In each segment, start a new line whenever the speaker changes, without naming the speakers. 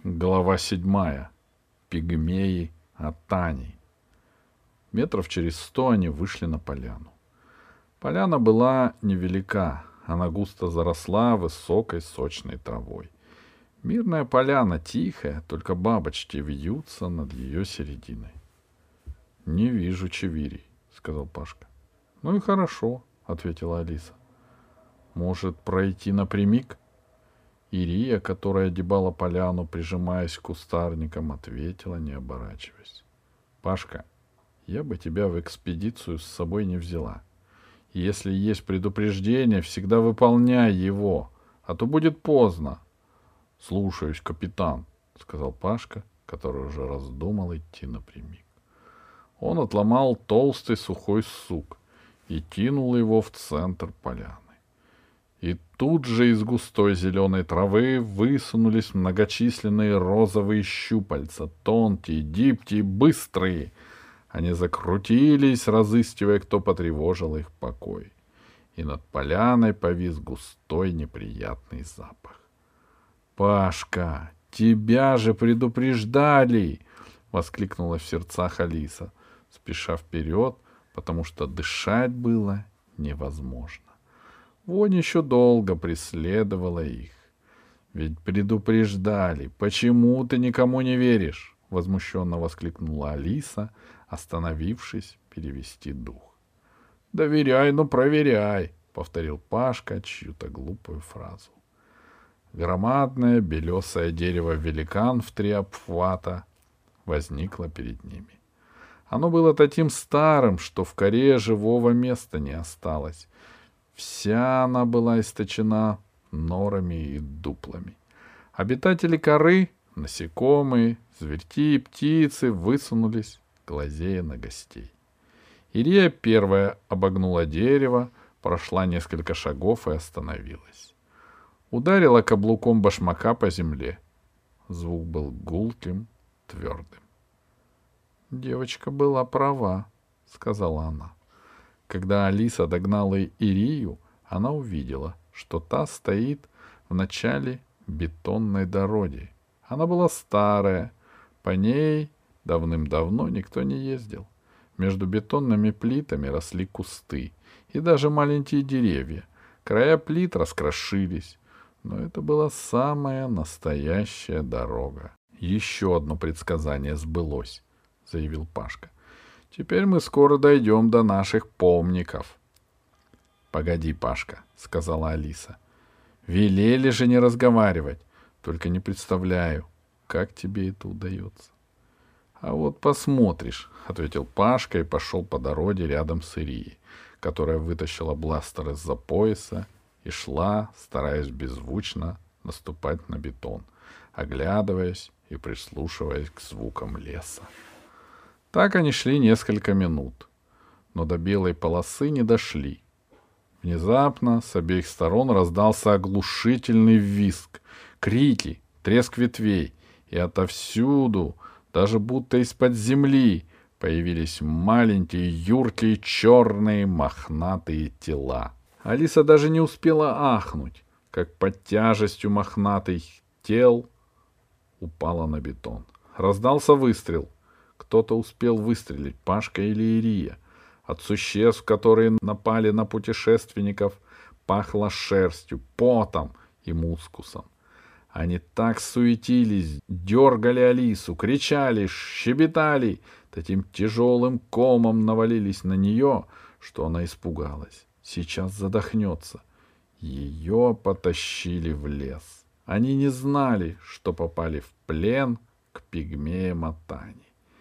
Глава 7. Пигмеи Атани. Метров через 100 они вышли на поляну. Поляна была невелика, она густо заросла высокой сочной травой. Мирная поляна, тихая, только бабочки вьются над ее серединой. — Не вижу чевирей, — сказал Пашка. — Ну и хорошо, — ответила Алиса. — Может, пройти напрямик? Ирия, которая огибала поляну, прижимаясь к кустарникам, ответила, не оборачиваясь. — Пашка, я бы тебя в экспедицию с собой не взяла. Если есть предупреждение, всегда выполняй его, а то будет поздно. — Слушаюсь, капитан, — сказал Пашка, который уже раздумал идти напрямик. Он отломал толстый сухой сук и кинул его в центр поляны. И тут же из густой зеленой травы высунулись многочисленные розовые щупальца, тонкие, гибкие, быстрые. Они закрутились, разыскивая, кто потревожил их покой. И над поляной повис густой неприятный запах. — Пашка, тебя же предупреждали! — воскликнула в сердцах Алиса, спеша вперед, потому что дышать было невозможно. Вонь еще долго преследовала их. — Ведь предупреждали. Почему ты никому не веришь? — возмущенно воскликнула Алиса, остановившись перевести дух. — Доверяй, но проверяй, — повторил Пашка чью-то глупую фразу. Громадное белесое дерево-великан в 3 обхвата возникло перед ними. Оно было таким старым, что в коре живого места не осталось. Вся она была источена норами и дуплами. Обитатели коры, насекомые, зверьки и птицы высунулись, глазея на гостей. Ирия первая обогнула дерево, прошла несколько шагов и остановилась. Ударила каблуком башмака по земле. Звук был гулким, твердым. — Девочка была права, — сказала она. Когда Алиса догнала Ирию, она увидела, что та стоит в начале бетонной дороги. Она была старая, по ней давным-давно никто не ездил. Между бетонными плитами росли кусты и даже маленькие деревья. Края плит раскрошились, но это была самая настоящая дорога. — Еще одно предсказание сбылось, — заявил Пашка. Теперь мы скоро дойдем до наших помников. — Погоди, Пашка, — сказала Алиса. — Велели же не разговаривать. Только не представляю, как тебе это удается. — А вот посмотришь, — ответил Пашка и пошел по дороге рядом с Ирией, которая вытащила бластер из-за пояса и шла, стараясь беззвучно наступать на бетон, оглядываясь и прислушиваясь к звукам леса. Так они шли несколько минут, но до белой полосы не дошли. Внезапно с обеих сторон раздался оглушительный визг, крики, треск ветвей, и отовсюду, даже будто из-под земли, появились маленькие, юркие, черные, мохнатые тела. Алиса даже не успела ахнуть, как под тяжестью мохнатых тел упала на бетон. Раздался выстрел. Кто-то успел выстрелить, Пашка или Ирия. От существ, которые напали на путешественников, пахло шерстью, потом и мускусом. Они так суетились, дергали Алису, кричали, щебетали, таким тяжелым комом навалились на нее, что она испугалась. Сейчас задохнется. Ее потащили в лес. Они не знали, что попали в плен к пигмеям Атани.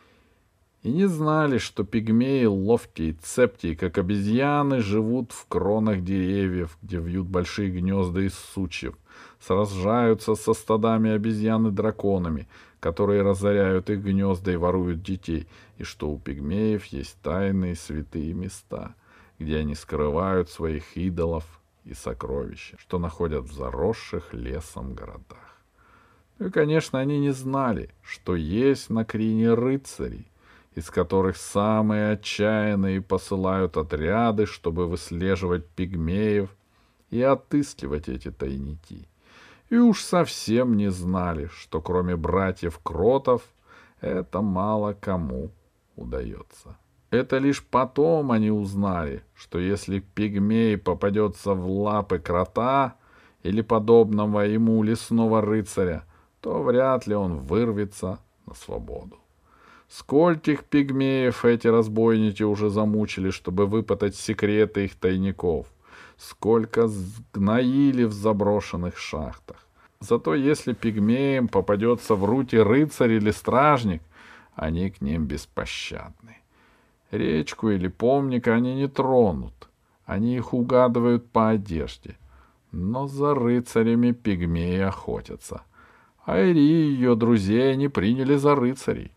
И не знали, что пигмеи, ловкие и цепкие, как обезьяны, живут в кронах деревьев, где вьют большие гнезда из сучьев, сражаются со стадами обезьян и драконами, которые разоряют их гнезда и воруют детей, и что у пигмеев есть тайные святые места, где они скрывают своих идолов и сокровища, что находят в заросших лесом городах. Ну и, конечно, они не знали, что есть на Крине рыцари, из которых самые отчаянные посылают отряды, чтобы выслеживать пигмеев и отыскивать эти тайники. и уж совсем не знали, что кроме братьев Кротов это мало кому удается. Это лишь потом они узнали, что если пигмей попадется в лапы крота или подобного ему лесного рыцаря, то вряд ли он вырвется на свободу. Скольких пигмеев эти разбойники уже замучили, чтобы выпытать секреты их тайников, сколько сгноили в заброшенных шахтах. Зато если пигмеям попадется в руки рыцарь или стражник, они к ним беспощадны. Речку или помник они не тронут, они их угадывают по одежде. Но за рыцарями пигмеи охотятся, а Ири и ее друзей они приняли за рыцарей.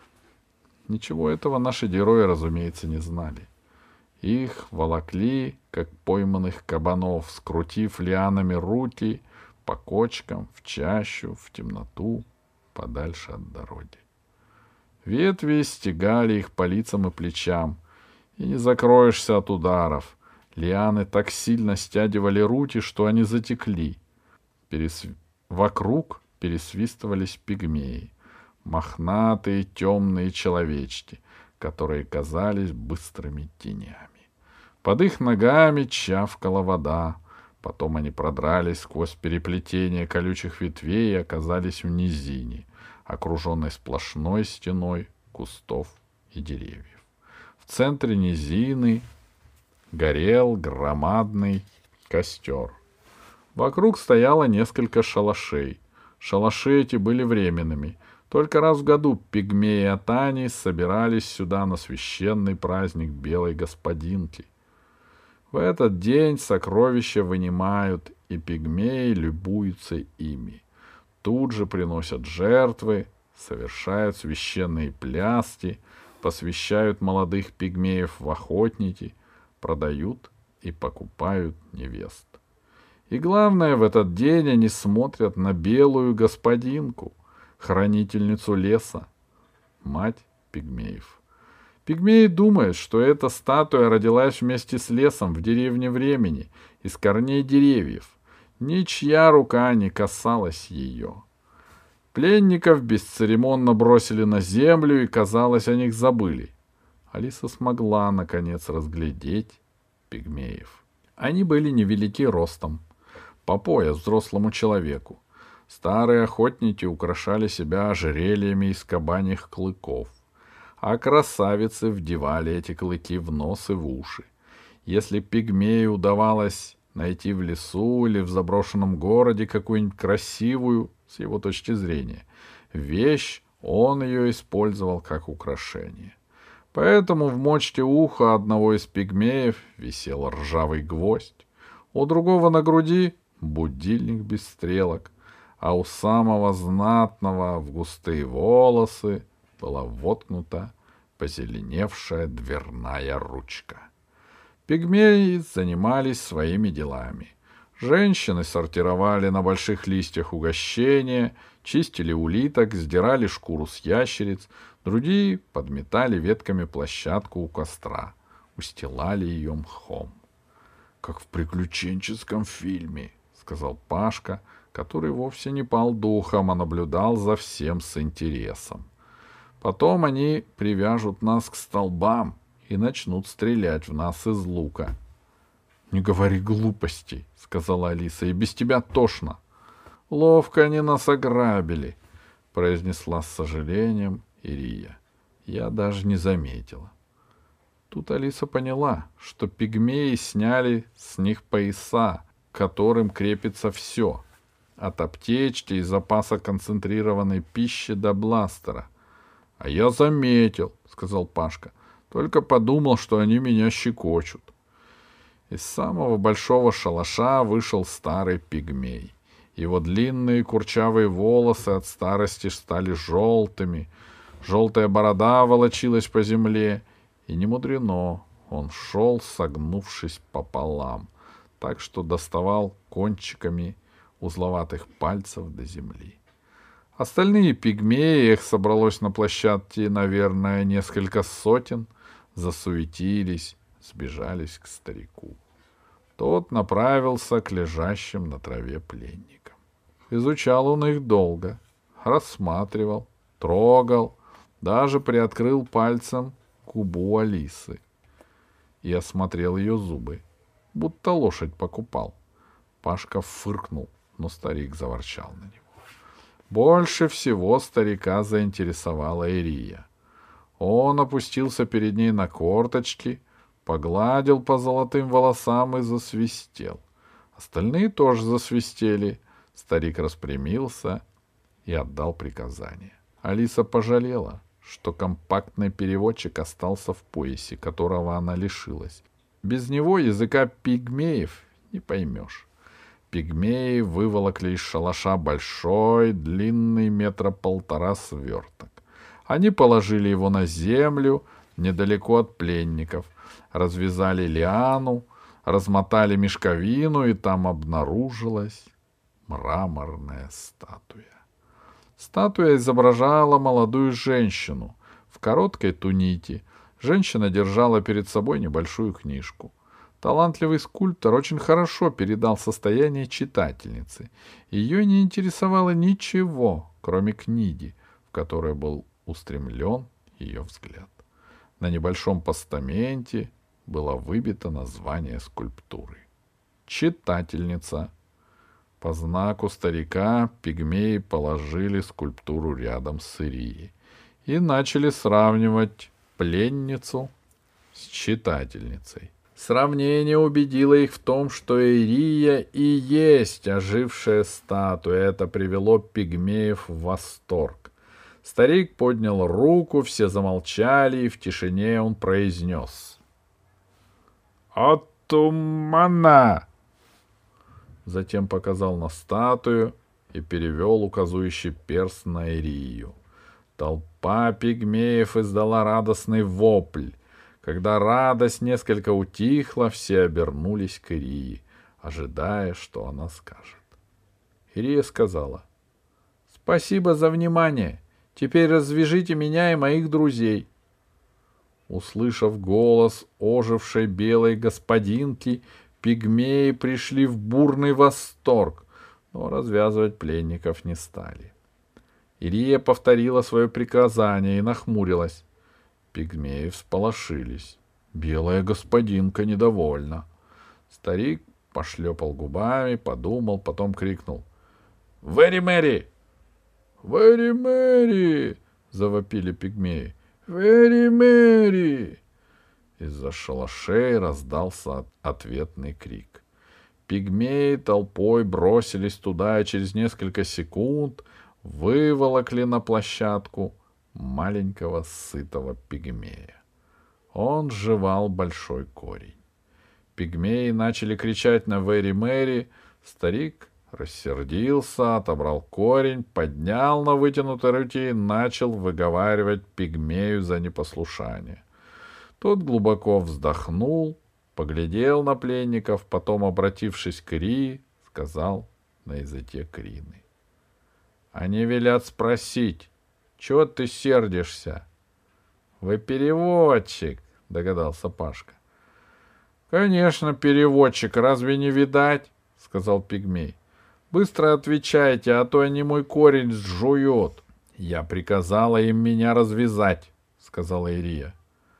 Ничего этого наши герои, разумеется, не знали. Их волокли, как пойманных кабанов, скрутив лианами руки по кочкам, в чащу, в темноту, подальше от дороги. Ветви стегали их по лицам и плечам, и не закроешься от ударов. Лианы так сильно стягивали руки, что они затекли. Вокруг пересвистывались пигмеи, мохнатые темные человечки, которые казались быстрыми тенями. Под их ногами чавкала вода. Потом они продрались сквозь переплетение колючих ветвей и оказались в низине, окруженной сплошной стеной кустов и деревьев. В центре низины горел громадный костер. Вокруг стояло несколько шалашей. Шалаши эти были временными. Только раз в году пигмеи Атани собирались сюда на священный праздник Белой Господинки. В этот день сокровища вынимают, и пигмеи любуются ими. Тут же приносят жертвы, совершают священные пляски, посвящают молодых пигмеев в охотники, продают и покупают невест. И главное, в этот день они смотрят на белую господинку, хранительницу леса, мать пигмеев. Пигмеи думают, что эта статуя родилась вместе с лесом в деревне времени, из корней деревьев. Ничья рука не касалась ее. Пленников бесцеремонно бросили на землю, и, казалось, о них забыли. Алиса смогла, наконец, разглядеть пигмеев. Они были невелики ростом, по пояс взрослому человеку. Старые охотники украшали себя ожерельями из кабаньих клыков, а красавицы вдевали эти клыки в нос и в уши. Если пигмею удавалось найти в лесу или в заброшенном городе какую-нибудь красивую, с его точки зрения, вещь, он ее использовал как украшение. Поэтому в мочке уха одного из пигмеев висел ржавый гвоздь, у другого на груди будильник без стрелок, а у самого знатного в густые волосы была воткнута позеленевшая дверная ручка. Пигмеи занимались своими делами. Женщины сортировали на больших листьях угощения, чистили улиток, сдирали шкуру с ящериц, другие подметали ветками площадку у костра, устилали ее мхом. — Как в приключенческом фильме, — сказал Пашка, который вовсе не пал духом, а наблюдал за всем с интересом. Потом они привяжут нас к столбам и начнут стрелять в нас из лука. — Не говори глупостей, — сказала Алиса, — и без тебя тошно. — Ловко они нас ограбили, — произнесла с сожалением Ирия. Я даже не заметила. Тут Алиса поняла, что пигмеи сняли с них пояса, к которым крепится все, от аптечки и запаса концентрированной пищи до бластера. — А я заметил, — сказал Пашка. — Только подумал, что они меня щекочут. Из самого большого шалаша вышел старый пигмей. Его длинные курчавые волосы от старости стали желтыми. Желтая борода волочилась по земле. И не мудрено, он шел, согнувшись пополам, так что доставал кончиками узловатых пальцев до земли. Остальные пигмеи, их собралось на площадке, наверное, несколько сотен, засуетились, сбежались к старику. Тот направился к лежащим на траве пленникам. Изучал он их долго, рассматривал, трогал, даже приоткрыл пальцем губу Алисы и осмотрел ее зубы, будто лошадь покупал. Пашка фыркнул, но старик заворчал на него. Больше всего старика заинтересовала Ирия. Он опустился перед ней на корточки, погладил по золотым волосам и засвистел. Остальные тоже засвистели. Старик распрямился и отдал приказание. Алиса пожалела, что компактный переводчик остался в поясе, которого она лишилась. Без него языка пигмеев не поймешь. Пигмеи выволокли из шалаша большой, длинный 1,5 метра сверток. Они положили его на землю, недалеко от пленников, развязали лиану, размотали мешковину, и там обнаружилась мраморная статуя. Статуя изображала молодую женщину в короткой тунике. Женщина держала перед собой небольшую книжку. Талантливый скульптор очень хорошо передал состояние читательницы. Ее не интересовало ничего, кроме книги, в которой был устремлен ее взгляд. На небольшом постаменте было выбито название скульптуры. «Читательница». По знаку старика пигмеи положили скульптуру рядом с Ирией и начали сравнивать пленницу с читательницей. Сравнение убедило их в том, что Ирия и есть ожившая статуя. Это привело пигмеев в восторг. Старик поднял руку, все замолчали, и в тишине он произнес: «Атумана!» Затем показал на статую и перевел указующий перст на Ирию. Толпа пигмеев издала радостный вопль. Когда радость несколько утихла, все обернулись к Ирии, ожидая, что она скажет. Ирия сказала: «Спасибо за внимание. Теперь развяжите меня и моих друзей». Услышав голос ожившей белой господинки, пигмеи пришли в бурный восторг, но развязывать пленников не стали. Ирия повторила свое приказание и нахмурилась. Пигмеи всполошились. Белая господинка недовольна. Старик пошлепал губами, подумал, потом крикнул: «Вэри Мэри!» «Вэри Мэри!» — завопили пигмеи. «Вэри Мэри!» Из-за шалашей раздался ответный крик. Пигмеи толпой бросились туда и через несколько секунд выволокли на площадку маленького сытого пигмея. Он жевал большой корень. Пигмеи начали кричать на Вэри Мэри. Старик рассердился, отобрал корень, поднял на вытянутой руке и начал выговаривать пигмею за непослушание. Тот глубоко вздохнул, поглядел на пленников, потом, обратившись к Ирии, сказал на языке Крины: «Они велят спросить, чего ты сердишься?» «Вы переводчик», — догадался Пашка. «Конечно, переводчик, разве не видать?» — сказал пигмей. «Быстро отвечайте, а то они мой корень сжуют». «Я приказала им меня развязать», — сказала Ирия.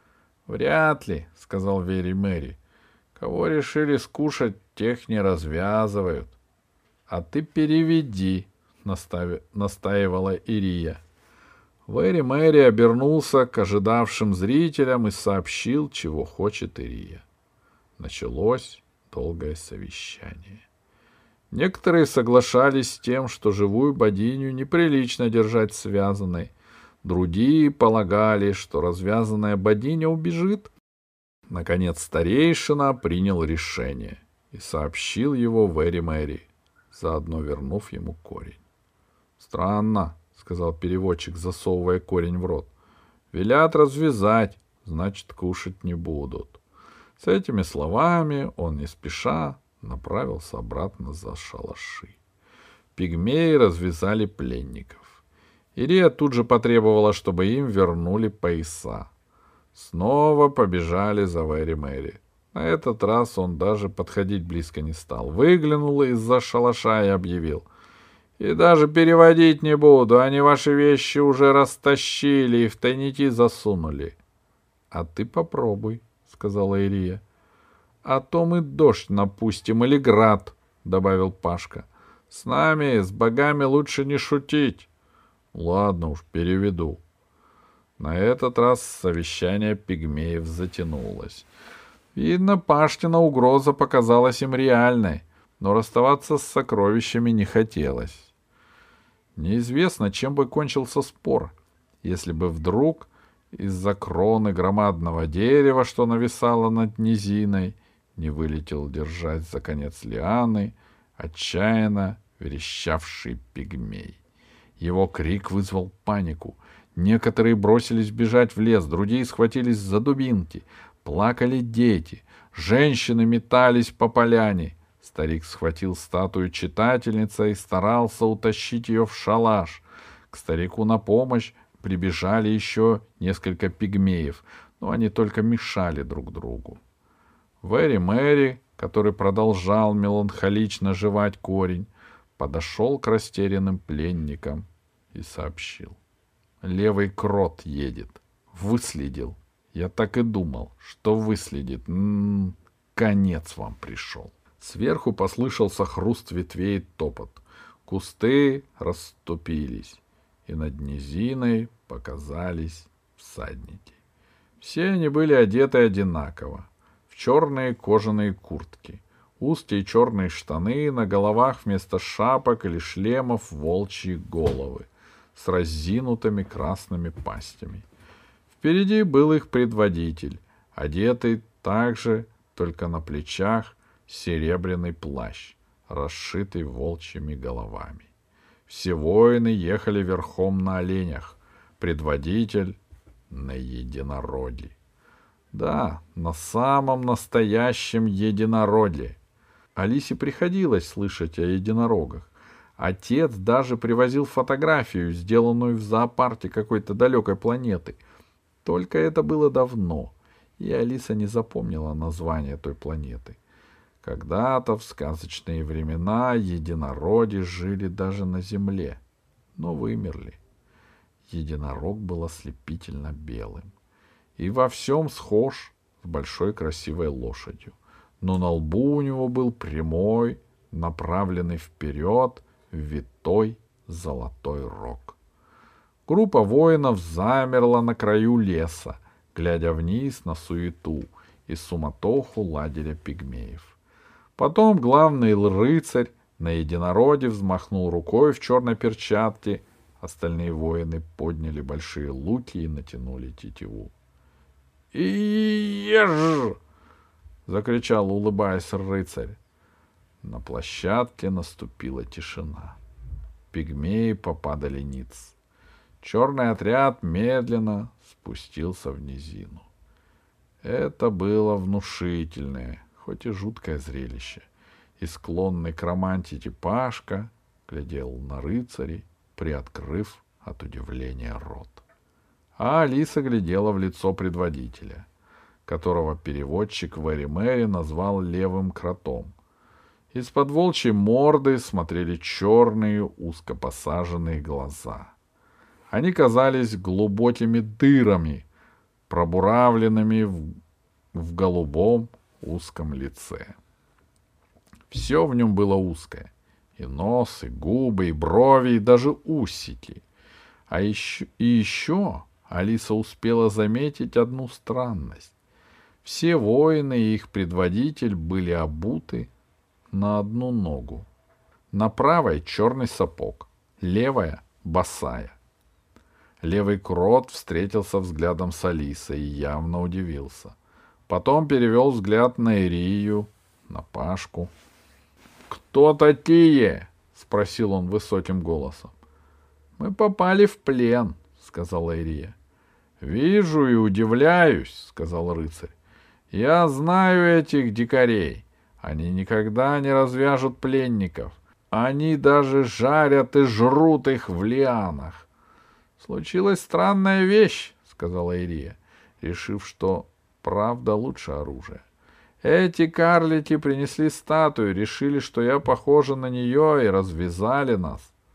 «Вряд ли», — сказал Вэри Мэри. «Кого решили скушать, тех не развязывают». «А ты переведи», — настаивала Ирия. Вэри Мэри обернулся к ожидавшим зрителям и сообщил, чего хочет Ирия. Началось долгое совещание. Некоторые соглашались с тем, что живую богиню неприлично держать связанной. Другие полагали, что развязанная богиня убежит. Наконец старейшина принял решение и сообщил его Вэри Мэри, заодно вернув ему корень. «Странно», — сказал переводчик, засовывая корень в рот. «Велят развязать, значит, кушать не будут». С этими словами он не спеша направился обратно за шалаши. Пигмеи развязали пленников. Ирия тут же потребовала, чтобы им вернули пояса. Снова побежали за Вэри Мэри. На этот раз он даже подходить близко не стал. Выглянул из-за шалаша и объявил: И даже переводить не буду, они ваши вещи уже растащили и в тайники засунули. — А ты попробуй, — сказала Ирия. — А то мы дождь напустим или град, — добавил Пашка. — С нами, с богами лучше не шутить. — Ладно уж, переведу. На этот раз совещание пигмеев затянулось. Видно, Пашкина угроза показалась им реальной, но расставаться с сокровищами не хотелось. Неизвестно, чем бы кончился спор, если бы вдруг из-за кроны громадного дерева, что нависало над низиной, не вылетел держать за конец лианы отчаянно верещавший пигмей. Его крик вызвал панику. Некоторые бросились бежать в лес, другие схватились за дубинки. Плакали дети, женщины метались по поляне. Старик схватил статую читательницы и старался утащить ее в шалаш. К старику на помощь прибежали еще несколько пигмеев, но они только мешали друг другу. Вэри Мэри, который продолжал меланхолично жевать корень, подошел к растерянным пленникам и сообщил. Левый крот едет. Выследил. Я так и думал, что выследит. Конец вам пришел. Сверху послышался хруст ветвей и топот. Кусты расступились, и над низиной показались всадники. Все они были одеты одинаково, в черные кожаные куртки, узкие черные штаны, на головах вместо шапок или шлемов волчьи головы с разинутыми красными пастями. Впереди был их предводитель, одетый также, только на плечах, серебряный плащ, расшитый волчьими головами. Все воины ехали верхом на оленях, предводитель на единороге. Да, на самом настоящем единороге. Алисе приходилось слышать о единорогах. Отец даже привозил фотографию, сделанную в зоопарке какой-то далекой планеты. Только это было давно, и Алиса не запомнила название той планеты. Когда-то в сказочные времена единороги жили даже на земле, но вымерли. Единорог был ослепительно белым и во всем схож с большой красивой лошадью, но на лбу у него был прямой, направленный вперед, витой золотой рог. Группа воинов замерла на краю леса, глядя вниз на суету и суматоху лагеря пигмеев. Потом главный рыцарь на единороге взмахнул рукой в черной перчатке. Остальные воины подняли большие луки и натянули тетиву. «Ешь!» — закричал, улыбаясь, рыцарь. На площадке наступила тишина. Пигмеи попадали ниц. Черный отряд медленно спустился в низину. Это было внушительное, хоть и жуткое зрелище. И склонный к романтике Пашка глядел на рыцарей, приоткрыв от удивления рот. А Алиса глядела в лицо предводителя, которого переводчик Вэри Мэри назвал левым кротом. Из-под волчьей морды смотрели черные узко посаженные глаза. Они казались глубокими дырами, пробуравленными в голубом узком лице. Все в нем было узкое. И нос, и губы, и брови, и даже усики. И еще Алиса успела заметить одну странность. Все воины и их предводитель были обуты на одну ногу. На правой черный сапог, левая босая. Левый крот встретился взглядом с Алисой и явно удивился. Потом перевел взгляд на Ирию, на Пашку. «Кто такие?» — спросил он высоким голосом. «Мы попали в плен», — сказала Ирия. «Вижу и удивляюсь», — сказал рыцарь. «Я знаю этих дикарей. Они никогда не развяжут пленников. Они даже жарят и жрут их в лианах». «Случилась странная вещь», — сказала Ирия, решив, что правда лучше оружия. «Эти карлики принесли статую, решили, что я похожа на нее, и развязали нас».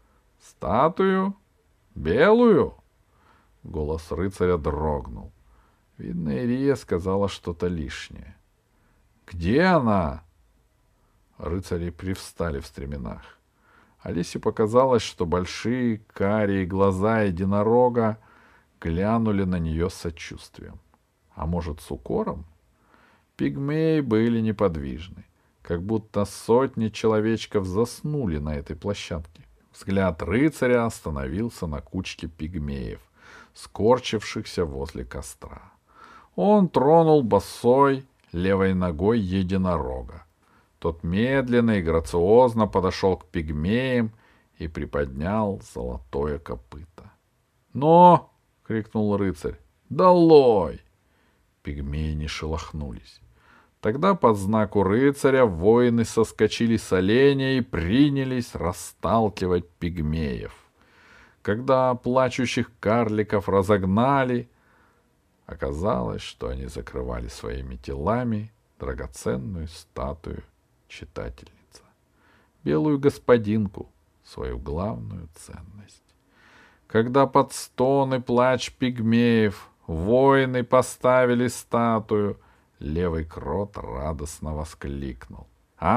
Статую? Белую? Голос рыцаря дрогнул. Видно, Ирия сказала что-то лишнее. Где она? Рыцари привстали в стременах. Алисе показалось, что большие карие глаза единорога глянули на нее с сочувствием. А может, с укором? Пигмеи были неподвижны, как будто сотни человечков заснули на этой площадке. Взгляд рыцаря остановился на кучке пигмеев, скорчившихся возле костра. Он тронул босой левой ногой единорога. Тот медленно и грациозно подошел к пигмеям и приподнял золотое копыто. «Но!» — крикнул рыцарь. «Долой!» Пигмеи не шелохнулись. Тогда под знаку рыцаря воины соскочили с оленя и принялись расталкивать пигмеев. Когда плачущих карликов разогнали, оказалось, что они закрывали своими телами драгоценную статую читательницы, белую господинку, свою главную ценность. Когда под стон и плач пигмеев воины поставили статую, левый крот радостно воскликнул: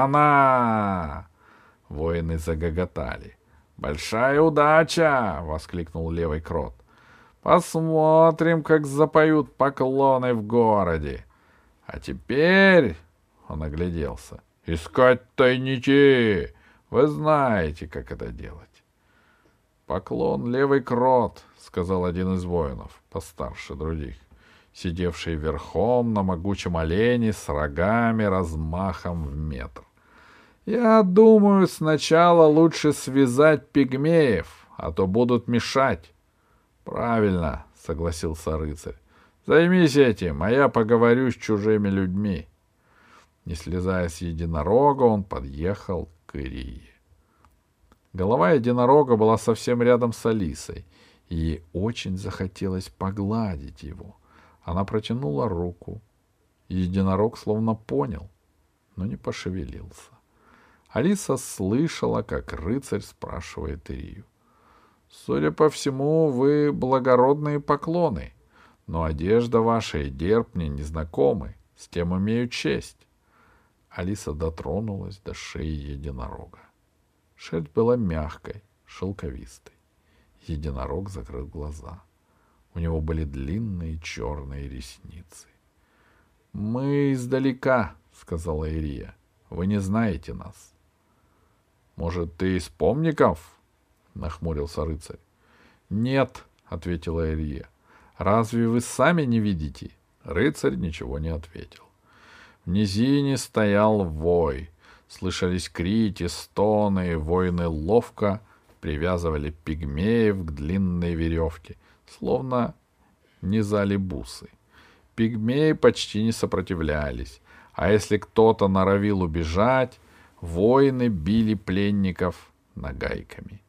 «Она!» Воины загоготали. «Большая удача!» — воскликнул левый крот. «Посмотрим, как запоют поклоны в городе. А теперь...» — он огляделся. «Искать тайники! Вы знаете, как это делать!» «Поклон, левый крот!» — сказал один из воинов, постарше других, сидевший верхом на могучем олене с рогами размахом в метр. «Я думаю, сначала лучше связать пигмеев, а то будут мешать». «Правильно», — согласился рыцарь. «Займись этим, а я поговорю с чужими людьми». Не слезая с единорога, он подъехал к Ирии. Голова единорога была совсем рядом с Алисой, и ей очень захотелось погладить его. Она протянула руку. Единорог словно понял, но не пошевелился. Алиса слышала, как рыцарь спрашивает Ирию: «Судя по всему, вы благородные поклоны, но одежда ваша и герб мне незнакомы, с тем имею честь». Алиса дотронулась до шеи единорога. Шерсть была мягкой, шелковистой. Единорог закрыл глаза. У него были длинные черные ресницы. «Мы издалека», — сказала Ирия. «Вы не знаете нас». «Может, ты из помников?» — нахмурился рыцарь. «Нет», — ответила Ирия. «Разве вы сами не видите?» Рыцарь ничего не ответил. В низине стоял вой. Слышались крики, стоны, воины ловко привязывали пигмеев к длинной веревке, словно низали бусы. Пигмеи почти не сопротивлялись, а если кто-то норовил убежать, воины били пленников нагайками.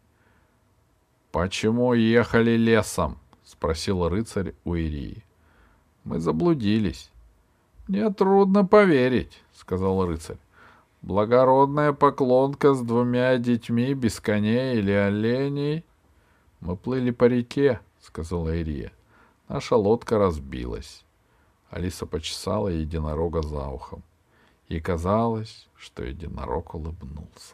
«Почему ехали лесом?» — спросил рыцарь у Ирии. «Мы заблудились». «Мне трудно поверить», — сказал рыцарь. «Благородная поклонка с 2 детьми без коней или оленей». «Мы плыли по реке», — сказала Ирия. «Наша лодка разбилась». Алиса почесала единорога за ухом. Ей казалось, что единорог улыбнулся.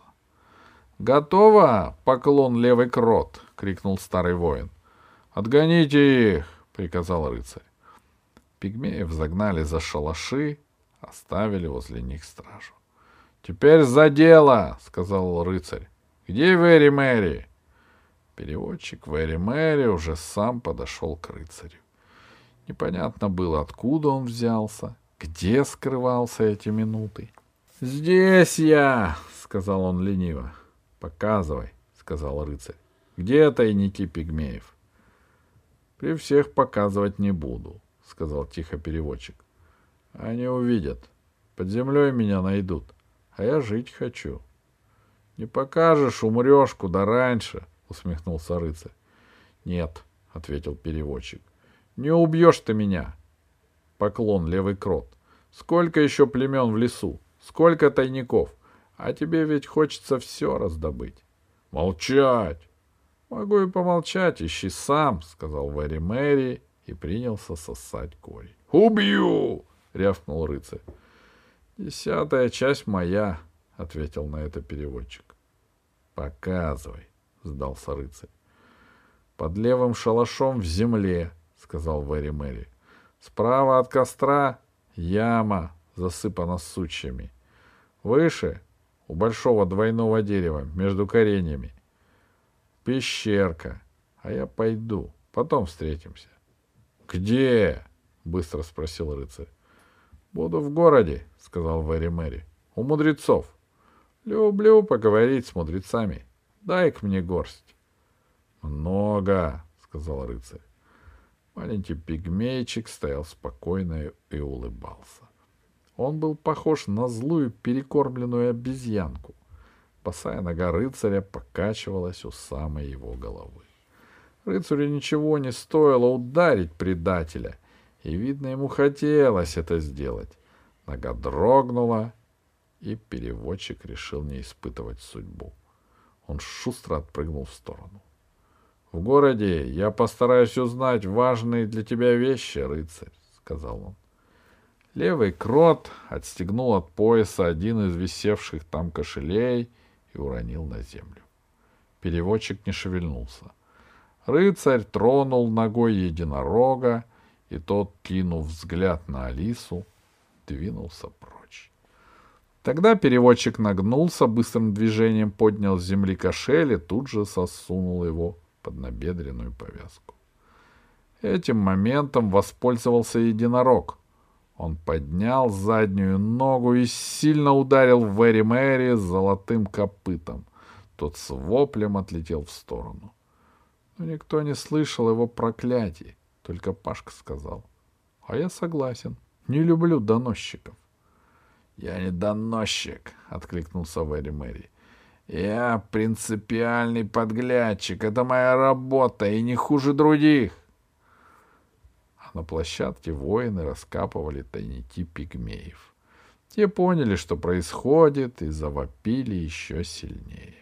«Готово, поклон, левый крот!» — крикнул старый воин. «Отгоните их!» — приказал рыцарь. Пигмеев загнали за шалаши, оставили возле них стражу. «Теперь за дело!» — сказал рыцарь. «Где Вэри Мэри?» Переводчик Вэри Мэри уже сам подошел к рыцарю. Непонятно было, откуда он взялся, где скрывался эти минуты. «Здесь я!» — сказал он лениво. «Показывай», — сказал рыцарь. «Где тайники пигмеев?» «При всех показывать не буду», — сказал тихо переводчик. «Они увидят. Под землей меня найдут. А я жить хочу». «Не покажешь, умрешь куда раньше», — усмехнулся рыцарь. «Нет», — ответил переводчик. «Не убьешь ты меня». Поклон, левый крот. «Сколько еще племен в лесу? Сколько тайников? А тебе ведь хочется все раздобыть». «Молчать!» Могу и помолчать, ищи сам, сказал Вэри Мэри и принялся сосать корень. Убью! Рявкнул рыцарь. 10-я часть моя, ответил на это переводчик. Показывай, сдался рыцарь. Под левым шалашом в земле, сказал Вэри Мэри. Справа от костра яма засыпана сучьями. Выше, у большого двойного дерева, между кореньями, пещерка. А я пойду, потом встретимся. — Где? — быстро спросил рыцарь. — Буду в городе, — сказал Вэри Мэри. — У мудрецов. Люблю поговорить с мудрецами. Дай-ка мне горсть. — Много, — сказал рыцарь. Маленький пигмейчик стоял спокойно и улыбался. Он был похож на злую перекормленную обезьянку. Босая нога рыцаря покачивалась у самой его головы. Рыцарю ничего не стоило ударить предателя, и, видно, ему хотелось это сделать. Нога дрогнула, и переводчик решил не испытывать судьбу. Он шустро отпрыгнул в сторону. — В городе я постараюсь узнать важные для тебя вещи, рыцарь, — сказал он. Левый крот отстегнул от пояса один из висевших там кошелей и уронил на землю. Переводчик не шевельнулся. Рыцарь тронул ногой единорога, и тот, кинув взгляд на Алису, двинулся прочь. Тогда переводчик нагнулся, быстрым движением поднял с земли кошель и тут же сосунул его под набедренную повязку. Этим моментом воспользовался единорог. Он поднял заднюю ногу и сильно ударил Вэри Мэри золотым копытом. Тот с воплем отлетел в сторону. Но никто не слышал его проклятий, только Пашка сказал: — А я согласен, не люблю доносчиков. — Я не доносчик, — откликнулся Вэри Мэри. — Я принципиальный подглядчик, это моя работа, и не хуже других. На площадке воины раскапывали тайники пигмеев. Те поняли, что происходит, и завопили еще сильнее.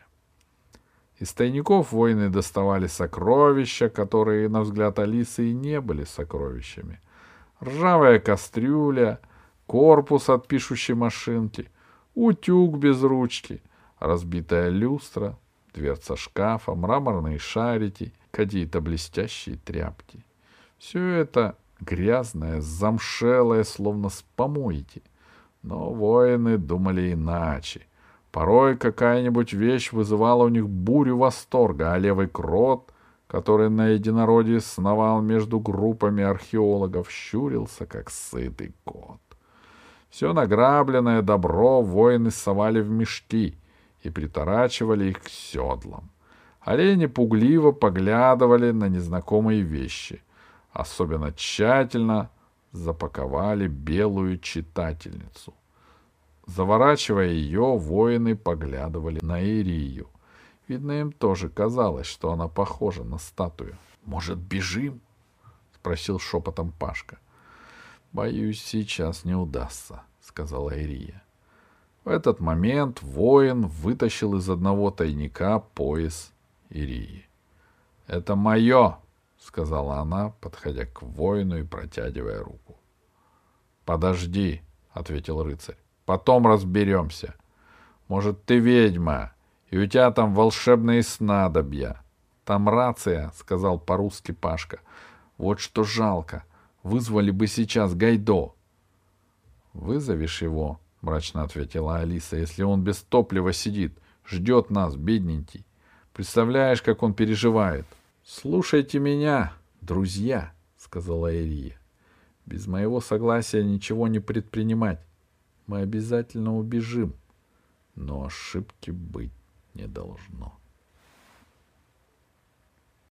Из тайников воины доставали сокровища, которые, на взгляд Алисы, и не были сокровищами. Ржавая кастрюля, корпус от пишущей машинки, утюг без ручки, разбитая люстра, дверца шкафа, мраморные шарики, какие-то блестящие тряпки. Все это грязное, замшелое, словно с помойки. Но воины думали иначе. Порой какая-нибудь вещь вызывала у них бурю восторга, а левый крот, который на единороде сновал между группами археологов, щурился, как сытый кот. Все награбленное добро воины совали в мешки и приторачивали их к седлам. Олени пугливо поглядывали на незнакомые вещи. Особенно тщательно запаковали белую читательницу. Заворачивая ее, воины поглядывали на Ирию. Видно, им тоже казалось, что она похожа на статую. — Может, бежим? — спросил шепотом Пашка. — Боюсь, сейчас не удастся, — сказала Ирия. В этот момент воин вытащил из одного тайника пояс Ирии. — Это мое! — сказала она, подходя к воину и протягивая руку. — Подожди, — ответил рыцарь. — Потом разберемся. Может, ты ведьма, и у тебя там волшебные снадобья. — Там рация, — сказал по-русски Пашка. — Вот что жалко. Вызвали бы сейчас Гайдо. — Вызовешь его, — мрачно ответила Алиса, — если он без топлива сидит, ждет нас, бедненький. Представляешь, как он переживает. — Слушайте меня, друзья, — сказала Ирия. — Без моего согласия ничего не предпринимать. Мы обязательно убежим. Но ошибки быть не должно.